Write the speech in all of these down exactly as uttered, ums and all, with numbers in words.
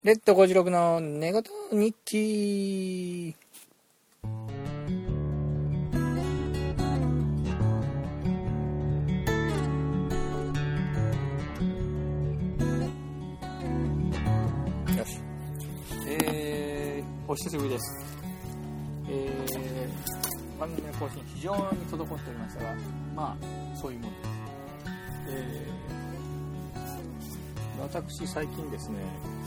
レッドごじゅうろくの寝言日記。よし、えー、お久しぶりです。えー、番組の更新非常に滞っておりましたが、まあそういうものです。えー、私最近ですね、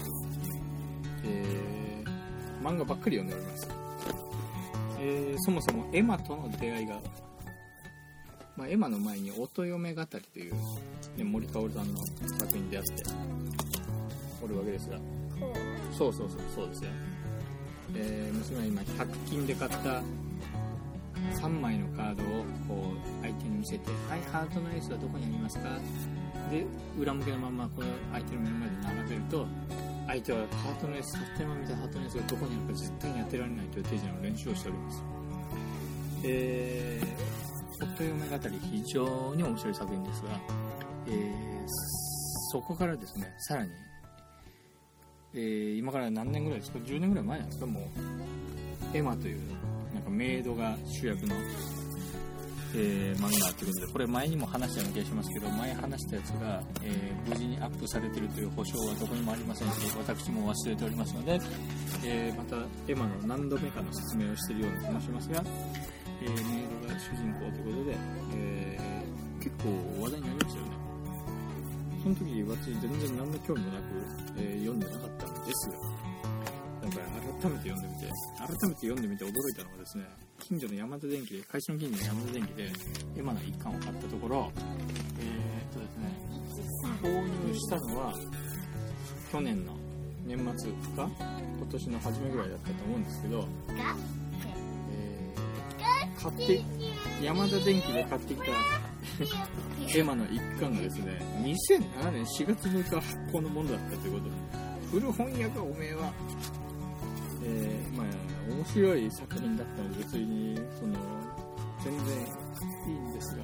えー、漫画ばっかり読んでおります。えー、そもそもエマとの出会いが、まあ、エマの前に音嫁語りという、ね、森かおるさんの作品に出会っておるわけですが、そうそうそうそうですよ。えー、娘は今ひゃく均で買ったさんまいのカードをこう相手に見せて、はい、ハートのエースはどこにありますかで、裏向けのままこの相手の目の前で並べると、相手はハートのエース、とっても見たハートのエースがどこにあるか絶対に当てられないという手品の練習をしております。えー、音嫁語り非常に面白い作品ですが、えー、そこからですね、さらに、えー、今から何年ぐらいですか、じゅうねんぐらい前なんですか、もうエマというなんかメイドが主役の、えー、漫画があってくるので、これ前にも話したような気がしますけど、前話したやつが、えー、無事にアップされているという保証はどこにもありませんし、私も忘れておりますので、えー、またエマの何度目かの説明をしているような気もしますが、えー、メイドが主人公ということで、えー、結構話題になりましたよね。その時私全然何の興味もなく、えー、読んでなかったんですが、今回改めて読んでみて改めて読んでみて驚いたのがですね、近所のヤマダ電機で、会社の近所のヤマダ電機でエマの一巻を買ったところ、えー、っとですね、購入したのは去年の年末か今年の初めぐらいだったと思うんですけど、えー、買ってヤマダ電機で買ってきたエマの一巻がですね、にせんななねんしがつむいか発行のものだったということで、古本屋かおめえは、えー、まあ面白い作品だったので別にその全然いいんですが、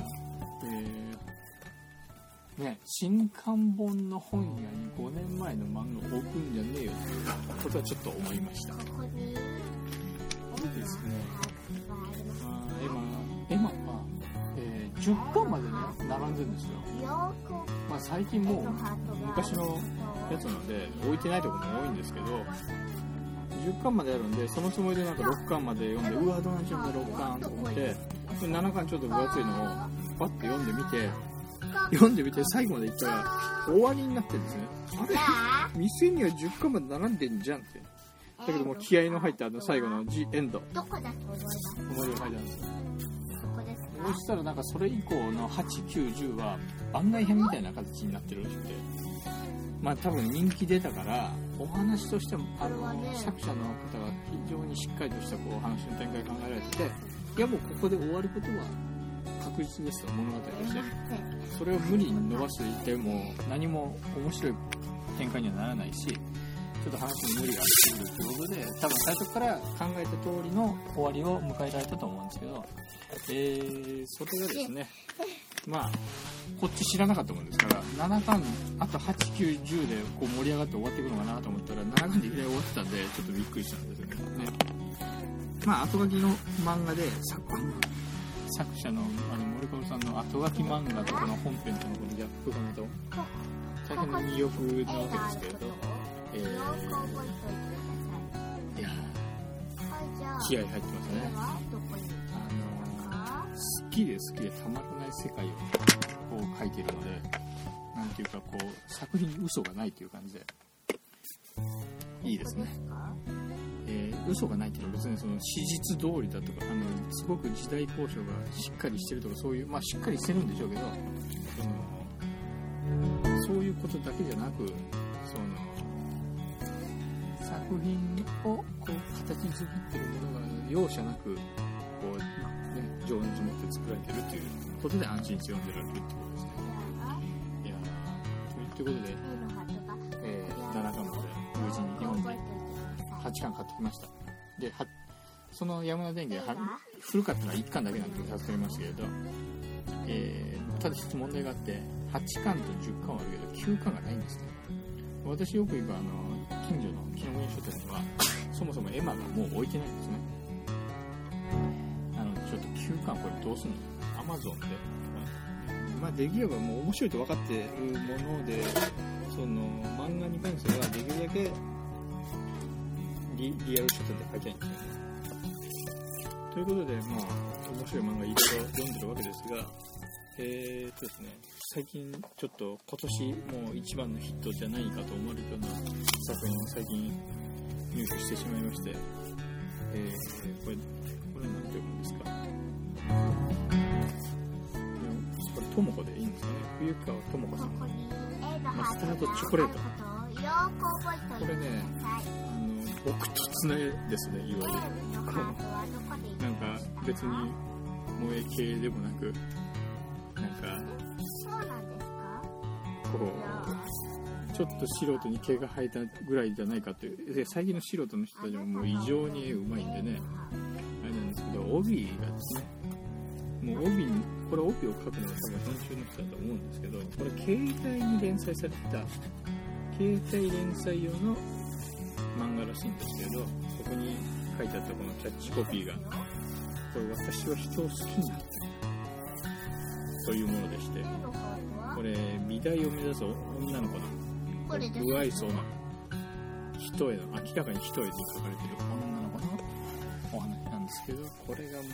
えー、ね、新刊本の本屋にごねんまえの漫画を置くんじゃねえよということはちょっと思いました。でですね、あエマエマは、えー、じゅっかんまでね並んでるんですよ。まあ最近もう昔のやつなので置いてないところも多いんですけど、じゅっかんまであるんで、そのつもりでなんかろっかんまで読んで、うわどうなんしようかろっかんと思って、ななかんちょっと分厚いのをパッと読んでみて読んでみて最後までいったら終わりになってるんですね。あれ、店にはじゅっかんまで並んでんじゃんって。だけども気合の入ったあの最後の ジ・エンドどこだと思います思いが書いてあるんですよ。そしたらなんかそれ以降のはち、きゅう、じゅうは番外編みたいな形になってるらしくて、まあ多分人気出たからお話としてもあの作者の方が非常にしっかりとしたこうお話の展開考えられてて、いやもうここで終わることは確実ですと、物語として。それを無理に伸ばしていても何も面白い展開にはならないし、ちょっと話に無理があるということで、多分最初から考えた通りの終わりを迎えられたと思うんですけど、えー、それがですね、まあこっち知らなかったもんですからななかんあとはち、きゅう、じゅうでこう盛り上がって終わっていくのかなと思ったらななかんでいきなり終わってたんでちょっとびっくりしたんですよね。まあ後書きの漫画で 作, 作者のあの森川さんの後書き漫画とこの本編とのこのギャップ感と大変な魅力なわけですけれど、えー、いや気合入ってますね。好きで好きでたまらない世界をこう描いているので、なんていうかこう作品に嘘がないという感じでいいですね。えー、嘘がないっていうのは別にその史実通りだとか、あのすごく時代交渉がしっかりしてるとかそういう、まあしっかりしてるんでしょうけど、そのそういうことだけじゃなく、その作品をこう形作ってるものが容赦なくこうね、情熱を持って作られてるということで安心して読んでられるってことですね。いやー、ということで、えー、ななかんまで無事に読んではちかん買ってきました。で、はそのヤマダ電機は古かったのはいっかんだけなんて助かりましたけれど、えー、ただ一つ問題があってはちかんとじゅっかんはあるけどきゅうかんがないんですね。 私よく行くあの近所の木の国書店にはそもそもエマがもう置いてないんですね。なのでちょっと休館これどうすんの？アマゾンで、まあできればもう面白いと分かっているもので、その漫画に関してはできるだけ リ, リアル書店で書いてないんですよね。ということで、まあ面白い漫画いろいろ読んでるわけですが、えーっとですね、最近ちょっと今年もう一番のヒットじゃないかと思われるような作品を最近入手してしまいまして、えー、これこれなんて読むんですか？これともこでいいんですかね？冬川ともこさん。マスタードチョコレート。これね、あの僕とつなげですね、いわゆる。なんか別に萌え系でもなく、なんかこうちょっと素人に毛が生えたぐらいじゃないかという。で最近の素人の人たちももう異常に絵うまいんでね、あれなんですけど、帯がですね、もう帯にこれ帯を書くのが多分編集の人だと思うんですけど、これ携帯に連載されてた携帯連載用の漫画らしいんですけど、ここに書いてあったこのキャッチコピーが、これ私は人を好きになったというものでして、これ美大を目指す女の子の不愛想な人への、明らかに人へに書かれている女の子のお話なんですけど、これがも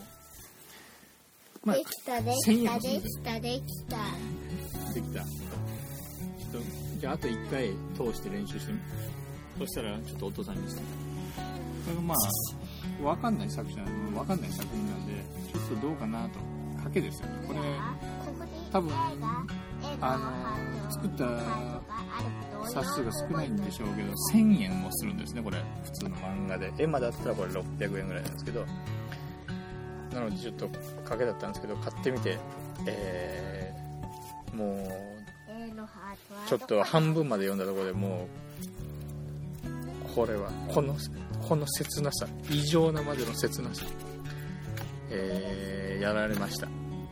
う、まあ、 できたできたできたできたできた。ちょっとじゃああといっかい通して練習してみ、そしたらちょっとお父さんにして、これがまあわかんない作者のわかんない作品なんで、ちょっとどうかなと。賭けですよねこれ。多分あの作った冊数が少ないんでしょうけど、せんえんもするんですねこれ。普通の漫画でエマだったらこれろっぴゃくえんぐらいなんですけど、なのでちょっと賭けだったんですけど買ってみて、えー、もうちょっと半分まで読んだところでもうこれはこのこの切なさ、異常なまでの切なさ、えー、やられました。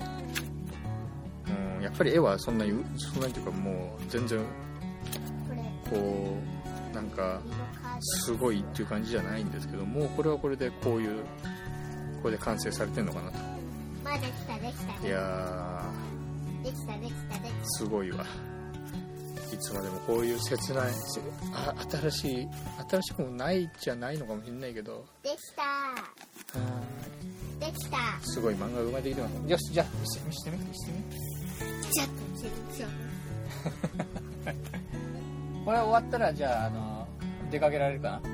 うん、やっぱり絵はそんなにそんなにというかもう全然こうなんかすごいっていう感じじゃないんですけど、もうこれはこれでこういうこれで完成されてるのかなと。 まあできたできた。 いやーできたできたできた。 すごいわ。いつまでもこういう切ない、あ新しい新しくもないじゃないのかもしれないけど。 できた。できた。 すごい漫画が生まれてきてます。よし、じゃあ見せて見せて見せてみ。 ちょっと見せてみよう。これ終わったらじゃああの出かけられるかな。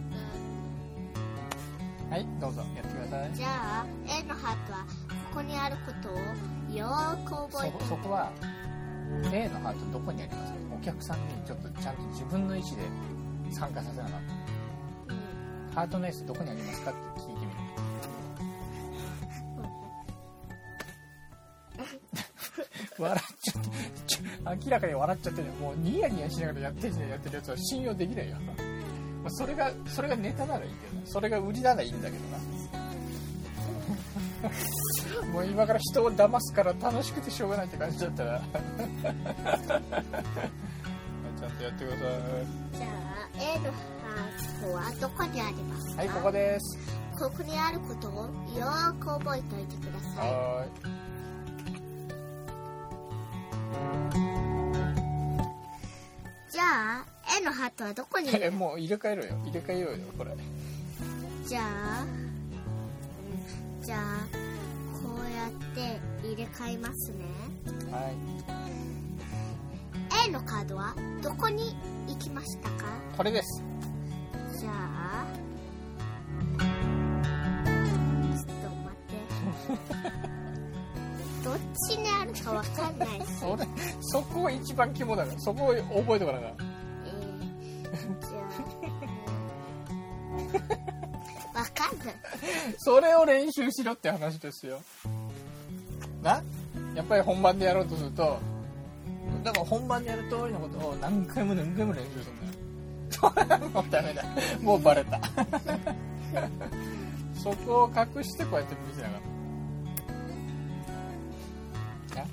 はい、どうぞやってください。 じゃあ A のハートはここにあることをよーく覚えて。 そ, そこは A のハートどこにありますか？お客さんにちょっとちゃんと自分の意思で参加させなかった、うん、ハートのエースどこにありますかって聞いてみる。笑っちゃって明らかに笑っちゃってる。もうニヤニヤしながらやってるやってるやつは信用できないよ。それがそれがネタならいいけどな、それが売りならいいんだけどな。もう今から人を騙すから楽しくてしょうがないって感じだったらちゃんとやってください。 じゃあ A のハートはどこにありますか？ はい、ここです。 ここにあることをよーく覚えておいてください。 はい。 じゃあ A のハートはどこにいる？ え、もう入れ替えろよ入れ替えようよこれ。 じゃあじゃあこうやって入れ替えますね。 はい。 A のカードはどこに行きましたか？ これです。 じゃあちょっと待ってどっちにあるかわかんないしそれそこが一番肝だから、そこを覚えとかなきゃ。 えー、じゃあわかんない。 それを練習しろって話ですよな。やっぱり本番でやろうとすると、だから本番でやる通りのことを何回も何回も練習するんだよ。もうダメだ、もうバレた。そこを隠してこうやって見せなかった。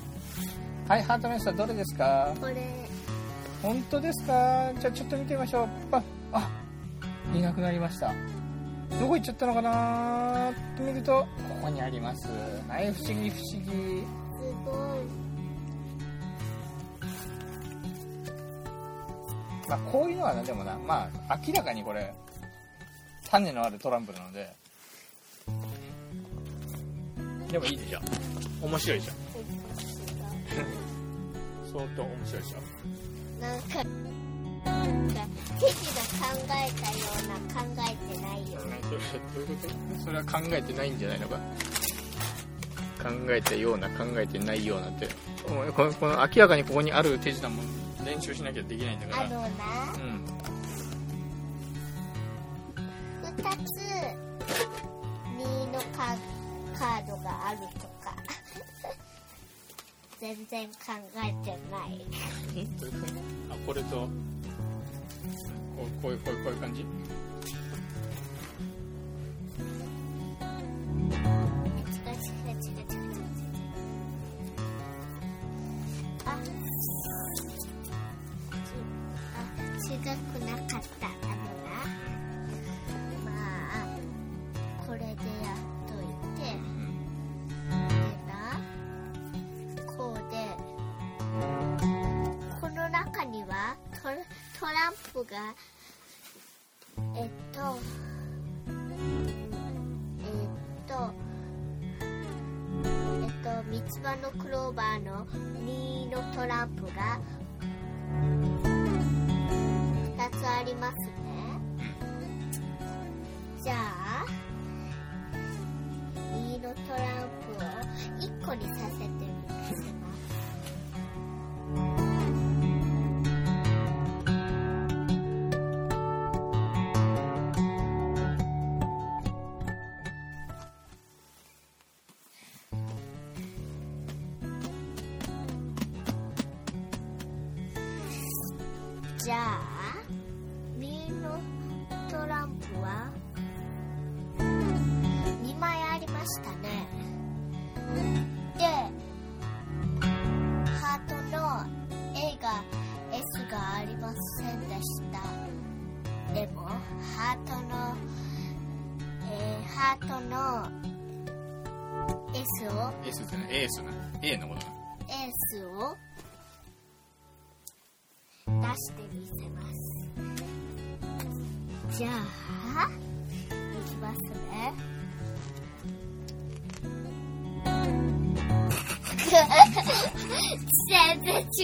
はい、ハートの人はどれですか？ これ。 本当ですか？じゃあちょっと見てみましょう。あ、あ、いなくなりました。どこ行っちゃったのかなーって見ると、ここにあります。はい、不思議不思議。 すごい。 まあこういうのはね、でもな、まあ明らかにこれ種のあるトランプなので、でもいいでしょ。面白いでしょ。相当面白いでしょ。 なんか、なんかテジが考えたような考えてないよね。 どういうこと？それは考えてないんじゃないのか。考えたような考えてないようなって、この、この明らかにここにある手品も練習しなきゃできないんだから。 あのな、 うん。 ふたつ右のカカードがあるとか全然考えてないえ、どういうふうに？あ、これとこう、こういうこういうこういう感じ？ あ、違くなかった。あのな、まあこれでやっといて、でな、こうでがえっとえっとえっと三つ葉のクローバーのにのトランプがふたつありますね。じゃあにのトランプをいっこにさせてみせます。じゃあにのトランプはにまいありましたね。でハートの A が S がありませんでした。でもハートの、えー、ハートの S を S じゃない、エースな、A のことな。 エースを出してみせます。じゃあいきますね。全然違うし。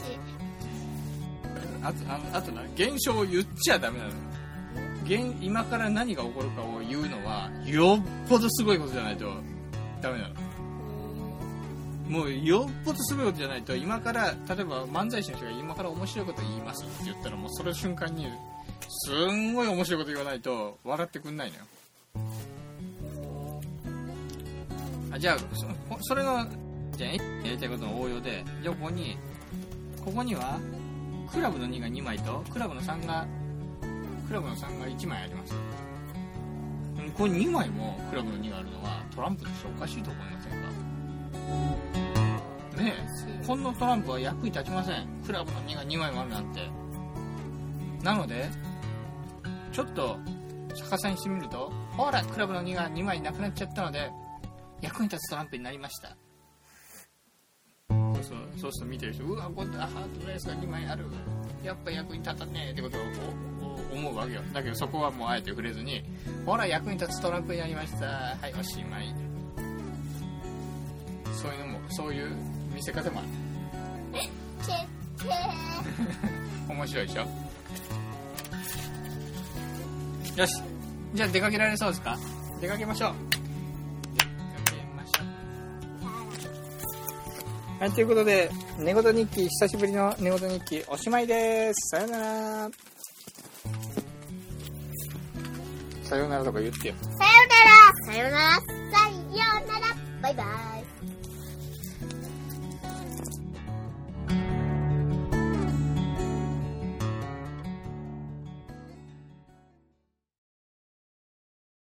あと、あの、あとな、現象を言っちゃダメなの。現、今から何が起こるかを言うのは、よっぽどすごいことじゃないとダメなの。もうよっぽどすごいことじゃないと、今から例えば漫才師の人が今から面白いこと言いますって言ったら、もうその瞬間にすんごい面白いこと言わないと笑ってくんないのよ。あ、じゃあ そ, それのじゃあやりたいことの応用で、じゃあここにここにはクラブのにがにまいとクラブのさんがクラブのさんがいちまいあります。これにまいもクラブのにがあるのはトランプとしておかしいと思いませんかねえ。このトランプは役に立ちません。クラブのにがにまいもあるなんて。なのでちょっと逆さにしてみると、ほらクラブのにがにまいなくなっちゃったので役に立つトランプになりました。そうそう、そうすると見てる人、うわ今度はハートレースがにまいある、やっぱ役に立たねえってことを思うわけよ。だけどそこはもうあえて触れずに、ほら役に立つトランプになりました、はいおしまい。そういうのも、そういう見せ方もある。 決定。 面白いでしょ。よし、じゃあ出かけられそうですか。出かけましょう。出かけましょう。はい、ということで寝言日記、久しぶりの寝言日記おしまいです。さよなら。さよならとか言ってよ。 さよなら、さよなら、さよなら、バイバイ。